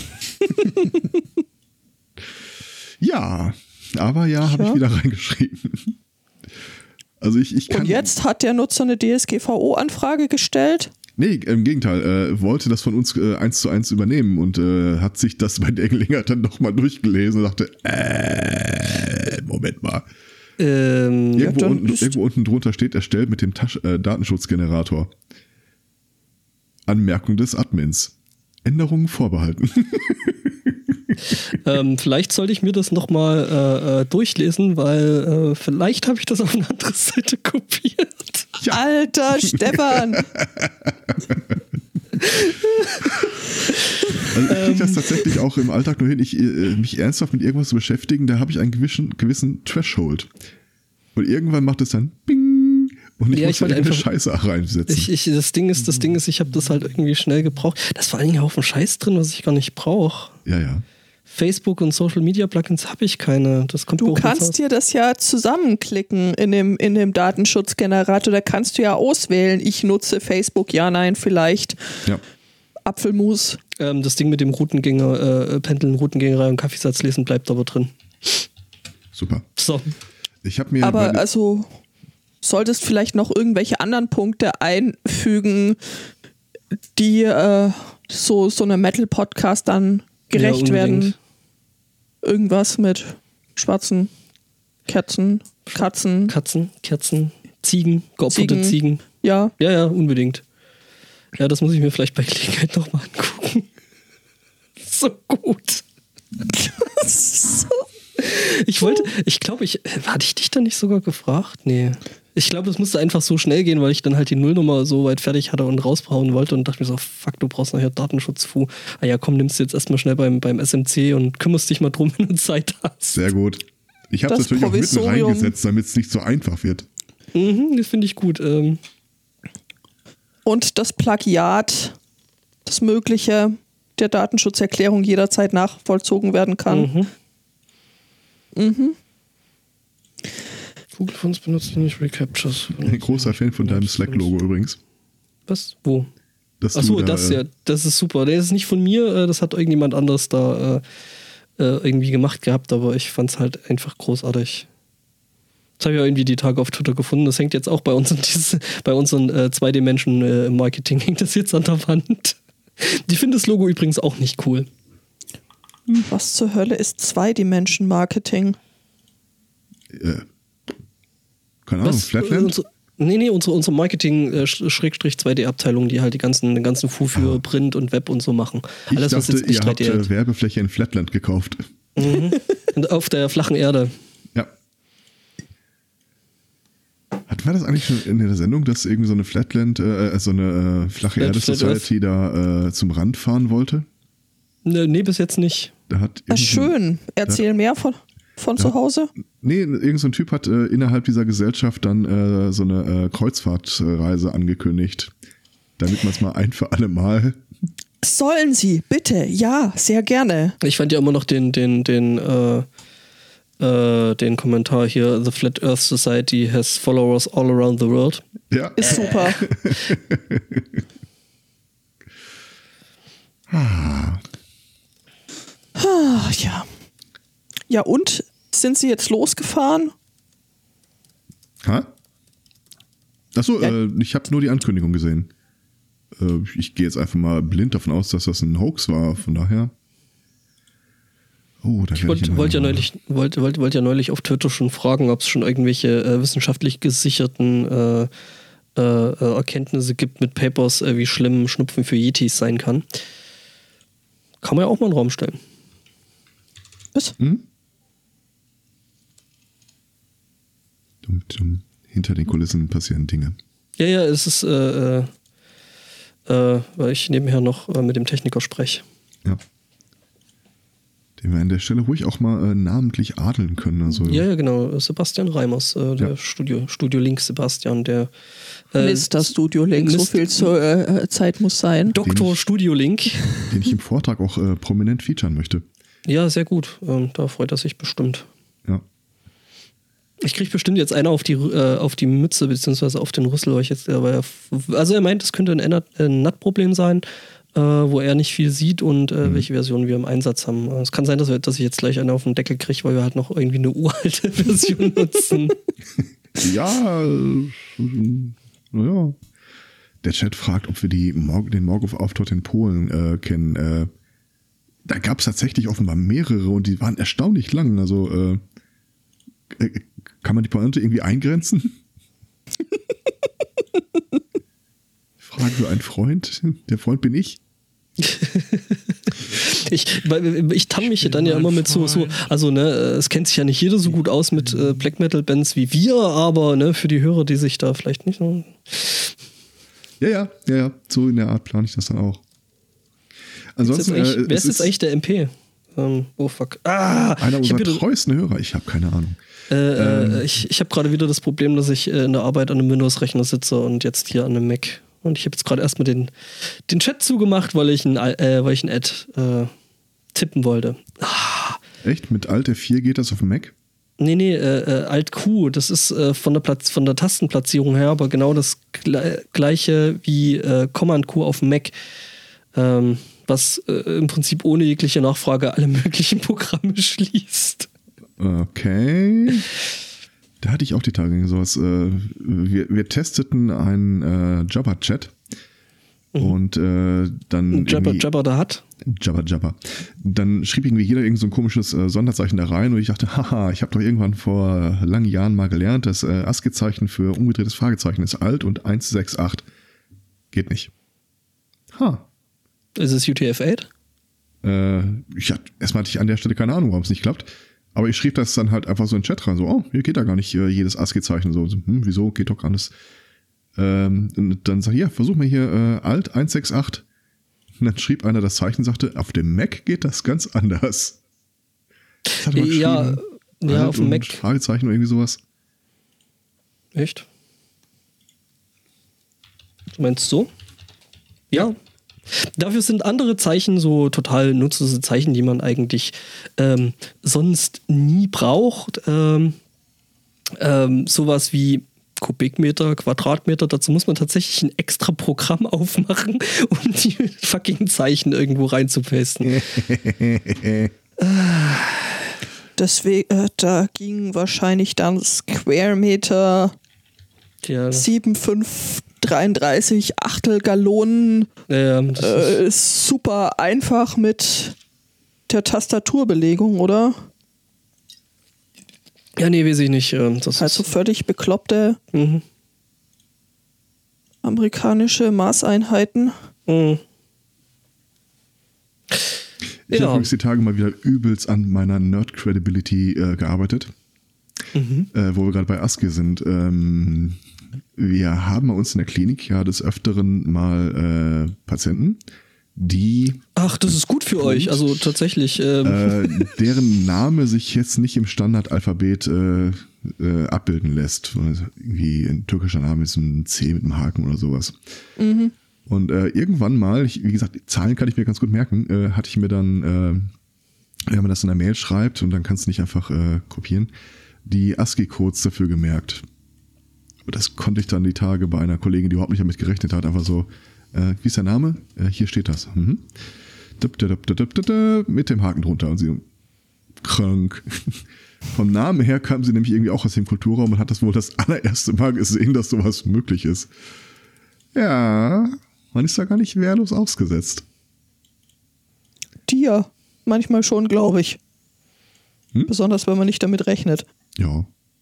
Ja, aber habe ich wieder reingeschrieben. Also ich kann. Und jetzt hat der Nutzer eine DSGVO-Anfrage gestellt? Nee, im Gegenteil, wollte das von uns 1:1 übernehmen und hat sich das bei der Gelegenheit dann doch mal durchgelesen und dachte, Moment mal. Irgendwo unten drunter steht erstellt mit dem Datenschutzgenerator. Anmerkung des Admins. Änderungen vorbehalten. Vielleicht sollte ich mir das nochmal durchlesen, weil vielleicht habe ich das auf eine andere Seite kopiert. Ja. Alter Stefan! Also ich kriege das tatsächlich auch im Alltag nur hin, mich ernsthaft mit irgendwas zu beschäftigen, da habe ich einen gewissen Threshold. Und irgendwann macht es dann Bing und ich muss irgendeine Scheiße reinsetzen. Das Ding ist, ich habe das halt irgendwie schnell gebraucht. Da ist vor allen Dingen ein Haufen Scheiß drin, was ich gar nicht brauche. Ja. Facebook und Social Media Plugins habe ich keine. Das kommt du kannst dir das ja zusammenklicken in dem Datenschutzgenerator. Da kannst du ja auswählen, ich nutze Facebook, ja, nein, vielleicht. Ja. Apfelmus. Das Ding mit dem Routengänger, Pendeln, Routengängerei und Kaffeesatz lesen bleibt aber drin. Super. So. Ich habe mir aber also solltest vielleicht noch irgendwelche anderen Punkte einfügen, die so eine Metal-Podcast dann gerecht werden. Irgendwas mit schwarzen Katzen, Ziegen, geopferte Ziegen. Ja. Ja, unbedingt. Ja, das muss ich mir vielleicht bei Gelegenheit nochmal angucken. So gut. Hatte ich dich da nicht sogar gefragt? Nee. Ich glaube, das musste einfach so schnell gehen, weil ich dann halt die Nullnummer so weit fertig hatte und rausbrauen wollte und dachte mir so, fuck, du brauchst nachher Datenschutz. Ah ja, komm, nimmst du jetzt erstmal schnell beim SMC und kümmerst dich mal drum, wenn du Zeit hast. Sehr gut. Ich habe es natürlich auch mitten reingesetzt, damit es nicht so einfach wird. Das finde ich gut. Und das Plagiat, das Mögliche der Datenschutzerklärung jederzeit nachvollzogen werden kann. Google Fonts benutzt nicht Recaptures. Ein großer Fan von deinem Slack-Logo übrigens. Was? Wo? Achso, das ist super. Der ist nicht von mir, das hat irgendjemand anders da irgendwie gemacht gehabt, aber ich fand es halt einfach großartig. Das habe ich ja irgendwie die Tage auf Twitter gefunden. Das hängt jetzt auch bei unseren 2D-Menschen im Marketing, hängt das jetzt an der Wand. Die finden das Logo übrigens auch nicht cool. Was zur Hölle ist 2D-Marketing? Keine Ahnung, Flatland? Unsere Marketing-2D-Abteilung, die halt den ganzen Fu für Print und Web und so machen. Alles, ich dachte, was jetzt nicht ihr habt Werbefläche in Flatland gekauft. Und auf der flachen Erde. Ja. War das eigentlich schon in der Sendung, dass irgendwie so eine Flatland, so eine flache Erde-Society da zum Rand fahren wollte? Nee, bis jetzt nicht. Schön. Erzähl mehr von zu Hause. Nee, irgend so ein Typ hat innerhalb dieser Gesellschaft dann so eine Kreuzfahrtreise angekündigt. Damit man es mal ein für alle Mal. Sollen sie, bitte. Ja, sehr gerne. Ich fand ja immer noch den Kommentar hier, The Flat Earth Society has followers all around the world. Ja. Ist super. Ja. Ja, und? Sind sie jetzt losgefahren? Achso, ich habe nur die Ankündigung gesehen. Ich gehe jetzt einfach mal blind davon aus, dass das ein Hoax war, von daher. Oh, ich wollte ja neulich auf Twitter schon fragen, ob es schon irgendwelche wissenschaftlich gesicherten Erkenntnisse gibt mit Papers, wie schlimm Schnupfen für Yetis sein kann. Kann man ja auch mal in den Raum stellen. Was? hinter den Kulissen passieren Dinge. Ja, es ist, weil ich nebenher noch mit dem Techniker spreche. Ja. Den wir an der Stelle ruhig auch mal namentlich adeln können. Also, ja, genau. Sebastian Reimers, der Studio Link Sebastian, der Mr. Studio Link, so viel zur Zeit muss sein. Dr. Studio Link. Den ich im Vortrag auch prominent featuren möchte. Ja, sehr gut. Da freut er sich bestimmt. Ja. Ich kriege bestimmt jetzt einer auf die Mütze, beziehungsweise auf den Rüssel, weil ich jetzt, also er meint, es könnte ein NAT-Problem sein, wo er nicht viel sieht und welche Version wir im Einsatz haben. Es kann sein, dass ich jetzt gleich eine auf den Deckel kriege, weil wir halt noch irgendwie eine uralte Version nutzen. Ja, naja. Der Chat fragt, ob wir den Morgoth-Auftritt in Polen kennen. Da gab es tatsächlich offenbar mehrere und die waren erstaunlich lang. Also kann man die Pointe irgendwie eingrenzen? Frage für einen Freund. Der Freund bin ich. Ich tamm mich dann ja immer mit so, also ne, es kennt sich ja nicht jeder so gut aus mit Black Metal Bands wie wir, aber ne, für die Hörer, die sich da vielleicht nicht so. Ja, so in der Art plane ich das dann auch. Ansonsten, wer ist jetzt eigentlich der MP? Oh fuck. Einer unserer treuesten Hörer, ich habe keine Ahnung. Ich habe gerade wieder das Problem, dass ich in der Arbeit an einem Windows-Rechner sitze und jetzt hier an einem Mac. Und ich habe jetzt gerade erstmal den Chat zugemacht, weil ich ein Ad tippen wollte. Echt? Mit Alt F4 geht das auf dem Mac? Nee, Alt Q, das ist von der Tastenplatzierung her, aber genau das gleiche wie Command Q auf dem Mac, was im Prinzip ohne jegliche Nachfrage alle möglichen Programme schließt. Okay. Da hatte ich auch die Tage sowas. Wir testeten einen Jabba-Chat und dann Jabba da hat? Jabba. Dann schrieb irgendwie jeder irgend so ein komisches Sonderzeichen da rein und ich dachte, haha, ich habe doch irgendwann vor langen Jahren mal gelernt, das ASCII-Zeichen für umgedrehtes Fragezeichen ist Alt und 168. Geht nicht. Ist es UTF-8? Erstmal hatte ich an der Stelle keine Ahnung, warum es nicht klappt. Aber ich schrieb das dann halt einfach so in den Chat rein, so, hier geht da gar nicht jedes ASCII-Zeichen. So, wieso, geht doch alles. Und dann sag ich, ja, versuch mal hier Alt 168. Und dann schrieb einer das Zeichen, sagte, auf dem Mac geht das ganz anders. Das hat er mal ja, auf dem Mac. Fragezeichen oder irgendwie sowas. Echt? Du meinst so? Ja. Dafür sind andere Zeichen so total nutzlose Zeichen, die man eigentlich sonst nie braucht. Sowas wie Kubikmeter, Quadratmeter, dazu muss man tatsächlich ein extra Programm aufmachen, um die fucking Zeichen irgendwo reinzupasten. Deswegen, da ging wahrscheinlich dann Square Meter 7,533 Achtelgallonen. Ist super einfach mit der Tastaturbelegung, oder? Ja, nee, weiß ich nicht. Das also völlig bekloppte amerikanische Maßeinheiten. Ich habe übrigens die Tage mal wieder übelst an meiner Nerd-Credibility gearbeitet, wo wir gerade bei ASCII sind. Wir haben bei uns in der Klinik ja des Öfteren mal Patienten, die... Ach, das ist gut für euch, also tatsächlich. Deren Name sich jetzt nicht im Standardalphabet abbilden lässt. Also irgendwie ein türkischer Name ist ein C mit einem Haken oder sowas. Und irgendwann mal, wie gesagt, die Zahlen kann ich mir ganz gut merken, hatte ich mir dann, wenn man das in einer Mail schreibt und dann kannst du nicht einfach kopieren, die ASCII-Codes dafür gemerkt. Das konnte ich dann die Tage bei einer Kollegin, die überhaupt nicht damit gerechnet hat, einfach so, wie ist der Name? Hier steht das. Mit dem Haken drunter. Und sie, krank. Vom Namen her kam sie nämlich irgendwie auch aus dem Kulturraum und hat das wohl das allererste Mal gesehen, dass sowas möglich ist. Ja, man ist da gar nicht wehrlos ausgesetzt. Dir, manchmal schon, glaube ich. Besonders, wenn man nicht damit rechnet. Ja.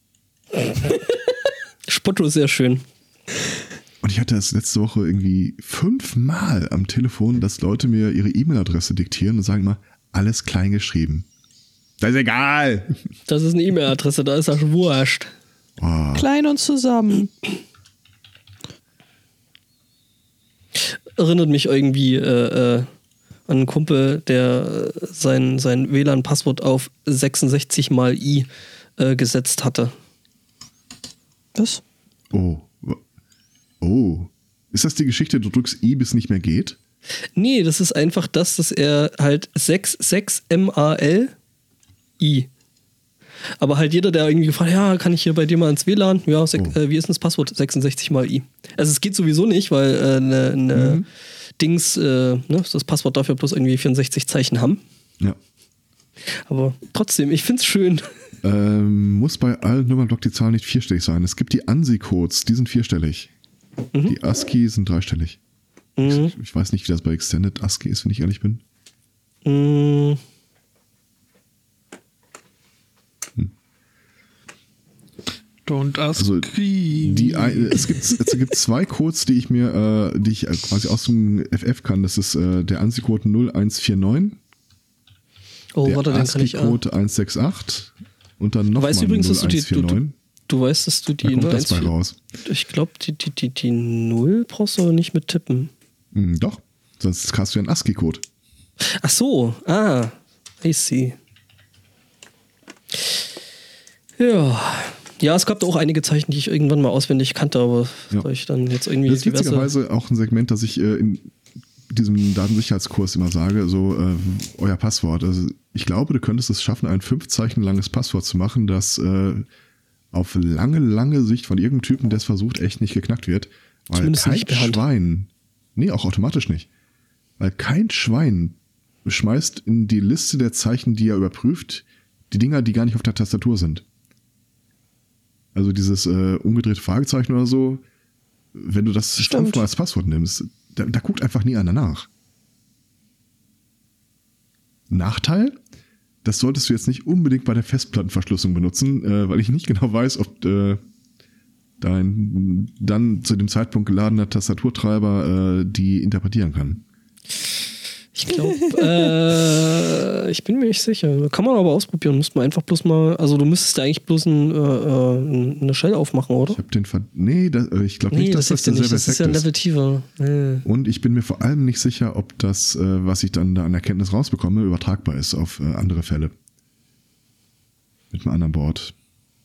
Spotto, sehr schön. Und ich hatte das letzte Woche irgendwie 5-mal am Telefon, dass Leute mir ihre E-Mail-Adresse diktieren und sagen mal, alles klein geschrieben. Das ist egal. Das ist eine E-Mail-Adresse, da ist das wurscht. Klein und zusammen. Erinnert mich irgendwie an einen Kumpel, der sein WLAN-Passwort auf 66 mal I gesetzt hatte. Was? Oh. Ist das die Geschichte, du drückst I, bis nicht mehr geht? Nee, das ist einfach das, dass er halt 66MAL I. Aber halt jeder, der irgendwie gefragt, ja, kann ich hier bei dir mal ins WLAN? Ja, wie ist denn das Passwort? 66 mal I. Also es geht sowieso nicht, weil Dings, das Passwort darf ja bloß irgendwie 64 Zeichen haben. Ja. Aber trotzdem, ich find's schön. Muss bei allen Nummernblock die Zahl nicht vierstellig sein. Es gibt die ANSI-Codes, die sind vierstellig. Die ASCII sind dreistellig. Ich weiß nicht, wie das bei Extended ASCII ist, wenn ich ehrlich bin. Don't ask. Also es gibt zwei Codes, die ich quasi aus dem FF kann. Das ist der ANSI-Code 0149. Oh, der warte, den kann ich ASCII-Code 168 und dann nochmal 0149. Du weißt, dass du die 0149 raus. Ich glaube, die 0 brauchst du aber nicht mit tippen. Doch, sonst hast du ja einen ASCII-Code. Ach so, I see. Ja, es gab da auch einige Zeichen, die ich irgendwann mal auswendig kannte, aber soll ich dann jetzt irgendwie das ist witzigerweise auch ein Segment, das ich in diesem Datensicherheitskurs immer sage, so euer Passwort. Also ich glaube, du könntest es schaffen, ein 5 Zeichen langes Passwort zu machen, das auf lange Sicht von irgendeinem Typen, der es versucht, echt nicht geknackt wird. Weil zumindest kein nicht per Hand. Schwein, nee, auch automatisch nicht. Weil kein Schwein schmeißt in die Liste der Zeichen, die er überprüft, die Dinger, die gar nicht auf der Tastatur sind. Also dieses umgedrehte Fragezeichen oder so, wenn du das 5-mal als Passwort nimmst, da guckt einfach nie einer nach. Nachteil? Das solltest du jetzt nicht unbedingt bei der Festplattenverschlüsselung benutzen, weil ich nicht genau weiß, ob dein dann zu dem Zeitpunkt geladener Tastaturtreiber die interpretieren kann. Ich glaube, ich bin mir nicht sicher. Kann man aber ausprobieren. Muss man einfach bloß mal, also du müsstest eigentlich bloß eine Shell aufmachen, oder? Ich habe den ich glaube nicht, dass das derselbe Das ist ja ein Level tiefer. Und ich bin mir vor allem nicht sicher, ob das, was ich dann da an Erkenntnis rausbekomme, übertragbar ist auf andere Fälle. Mit einem anderen Board.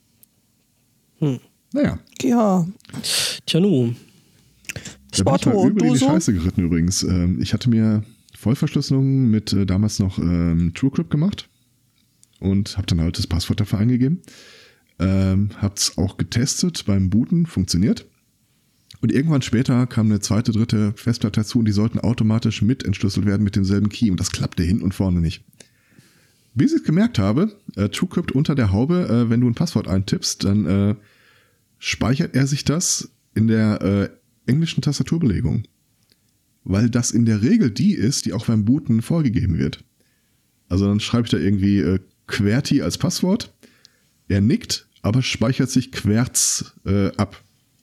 Naja. Ja. Tja, nu. Da bin ich mal über die Scheiße geritten übrigens. Ich hatte mir Vollverschlüsselung mit damals noch TrueCrypt gemacht und habe dann halt das Passwort dafür eingegeben. Hab's auch getestet beim Booten, funktioniert. Und irgendwann später kam eine zweite, dritte Festplatte dazu und die sollten automatisch mit entschlüsselt werden mit demselben Key und das klappte hinten und vorne nicht. Bis ich gemerkt habe, TrueCrypt unter der Haube, wenn du ein Passwort eintippst, dann speichert er sich das in der englischen Tastaturbelegung. Weil das in der Regel die ist, die auch beim Booten vorgegeben wird. Also dann schreibe ich da irgendwie QWERTY als Passwort. Er nickt, aber speichert sich Querz ab.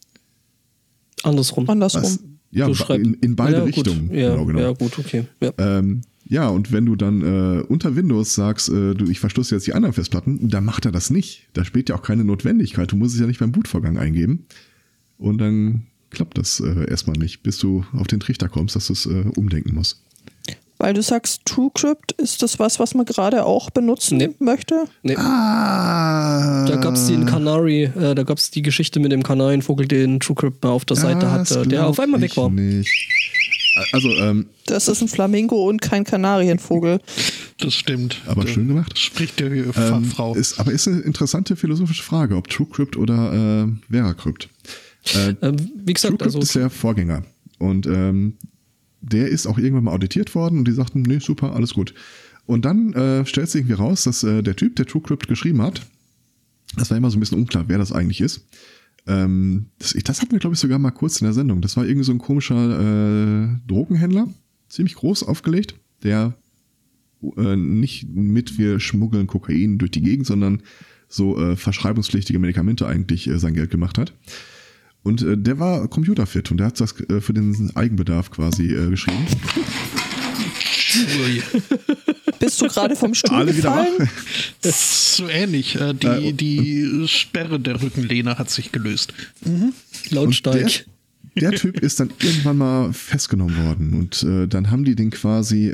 Andersrum. Ja, in beide Richtungen. Ja, genau. Ja, gut, okay. Ja, und wenn du dann unter Windows sagst, ich verschlüssel jetzt die anderen Festplatten, dann macht er das nicht. Da spielt ja auch keine Notwendigkeit. Du musst es ja nicht beim Bootvorgang eingeben. Und dann klappt das erstmal nicht, bis du auf den Trichter kommst, dass du es umdenken musst. Weil du sagst, TrueCrypt, ist das was man gerade auch benutzen möchte? Nee. Da gab es da gab es die Geschichte mit dem Kanarienvogel, den TrueCrypt mal auf der Seite hatte, der auf einmal weg war. Nicht. Also, das ist ein Flamingo und kein Kanarienvogel. Das stimmt. Aber schön gemacht. Spricht der Fachfrau. Ist eine interessante philosophische Frage, ob TrueCrypt oder VeraCrypt. Wie gesagt, TrueCrypt ist der Vorgänger. Und der ist auch irgendwann mal auditiert worden und die sagten, nee, super, alles gut. Und dann stellt sich irgendwie raus, dass der Typ, der TrueCrypt geschrieben hat, das war immer so ein bisschen unklar, wer das eigentlich ist. Das hatten wir, glaube ich, sogar mal kurz in der Sendung. Das war irgendwie so ein komischer Drogenhändler, ziemlich groß aufgelegt, der nicht mit wir schmuggeln Kokain durch die Gegend, sondern so verschreibungspflichtige Medikamente eigentlich sein Geld gemacht hat. Und der war computerfit und der hat das für den Eigenbedarf quasi geschrieben. Ui. Bist du gerade vom Stuhl Alle wieder gefallen? wach? So ähnlich. Die Sperre der Rückenlehne hat sich gelöst. Lautstark. Der Typ ist dann irgendwann mal festgenommen worden und dann haben die den quasi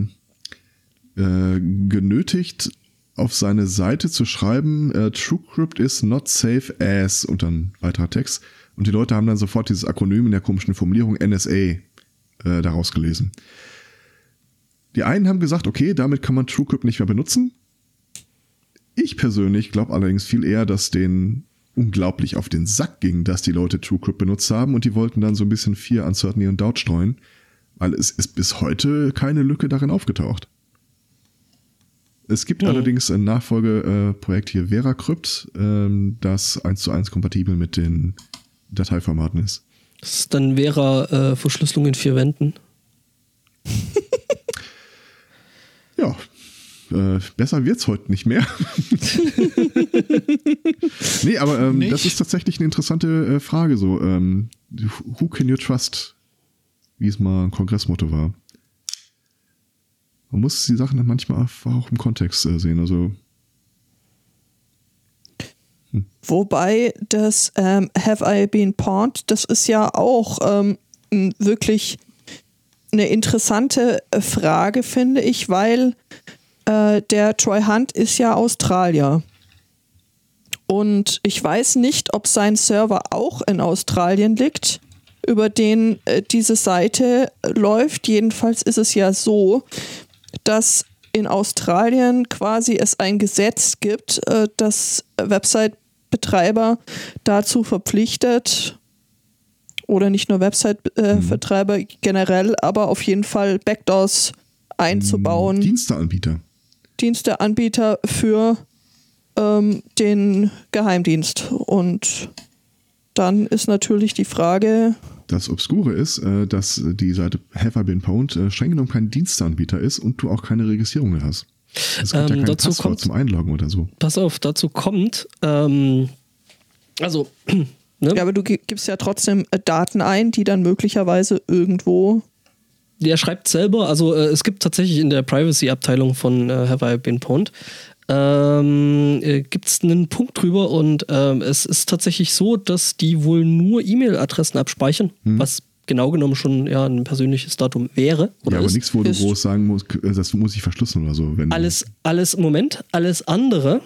genötigt, auf seine Seite zu schreiben, TrueCrypt is not safe as und dann weiterer Text. Und die Leute haben dann sofort dieses Akronym in der komischen Formulierung NSA daraus gelesen. Die einen haben gesagt, okay, damit kann man TrueCrypt nicht mehr benutzen. Ich persönlich glaube allerdings viel eher, dass denen unglaublich auf den Sack ging, dass die Leute TrueCrypt benutzt haben und die wollten dann so ein bisschen Fear, Uncertainty und Doubt streuen, weil es ist bis heute keine Lücke darin aufgetaucht. Es gibt allerdings ein Nachfolgeprojekt hier, VeraCrypt, das 1:1 kompatibel mit den Dateiformaten ist. Das ist dann Vera-Verschlüsselung in 4 Wänden. Ja, besser wird's heute nicht mehr. Nee, aber das ist tatsächlich eine interessante Frage. So, who can you trust? Wie es mal ein Kongressmotto war. Man muss die Sachen dann manchmal auch im Kontext sehen. Also Wobei das Have I Been Pawned, das ist ja auch wirklich eine interessante Frage, finde ich, weil der Troy Hunt ist ja Australier. Und ich weiß nicht, ob sein Server auch in Australien liegt, über den diese Seite läuft. Jedenfalls ist es ja so, dass in Australien quasi es ein Gesetz gibt, das Website-Betreiber dazu verpflichtet, oder nicht nur Website-Betreiber generell, aber auf jeden Fall Backdoors einzubauen. Diensteanbieter für den Geheimdienst. Und dann ist natürlich die Frage... Das Obskure ist, dass die Seite Have I Been Pawned streng genommen kein Diensteanbieter ist und du auch keine Registrierung mehr hast. Es gibt ja kein Passwort zum Einloggen oder so. Pass auf, dazu kommt, ne? Ja, aber du gibst ja trotzdem Daten ein, die dann möglicherweise irgendwo... Der schreibt selber, also es gibt tatsächlich in der Privacy-Abteilung von Have I Been Pawned gibt es einen Punkt drüber und es ist tatsächlich so, dass die wohl nur E-Mail-Adressen abspeichern, was genau genommen schon ja ein persönliches Datum wäre. Oder ja, aber nichts, wo du groß sagen musst, das muss ich verschlüsseln oder so. Wenn alles andere,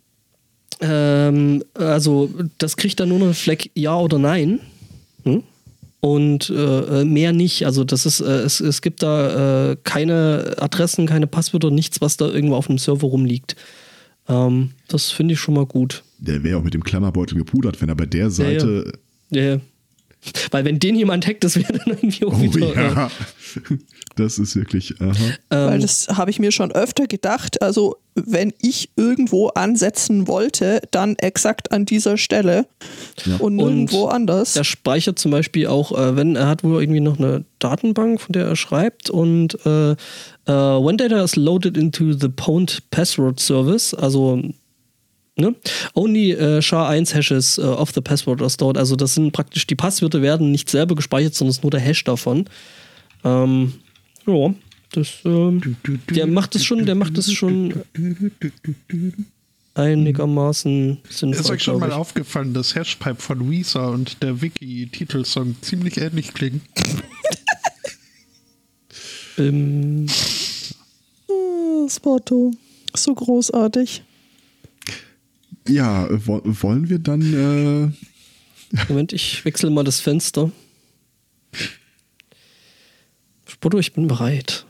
also das kriegt dann nur einen Fleck Ja oder Nein. Und mehr nicht. Also das ist, es gibt da keine Adressen, keine Passwörter, nichts, was da irgendwo auf dem Server rumliegt. Das finde ich schon mal gut. Der wäre auch mit dem Klammerbeutel gepudert, wenn er bei der Seite... Ja. Weil wenn den jemand hackt, das wäre dann irgendwie auch wieder... Ja. Das ist wirklich... Weil das habe ich mir schon öfter gedacht. Also wenn ich irgendwo ansetzen wollte, dann exakt an dieser Stelle und nirgendwo anders. Er speichert zum Beispiel auch, wenn er hat wohl irgendwie noch eine Datenbank, von der er schreibt und when data is loaded into the pawned password service, also ne, only SHA-1 hashes of the password are stored, also das sind praktisch, die Passwörter werden nicht selber gespeichert, sondern es ist nur der Hash davon. Ja, das, der macht es schon einigermaßen sinnvoll. Ist euch schon mal aufgefallen, dass Hashpipe von Weezer und der Wiki-Titelsong ziemlich ähnlich klingen? Spotto, so großartig. Ja, wollen wir dann... Moment, ich wechsle mal das Fenster. Spotto, ich bin bereit.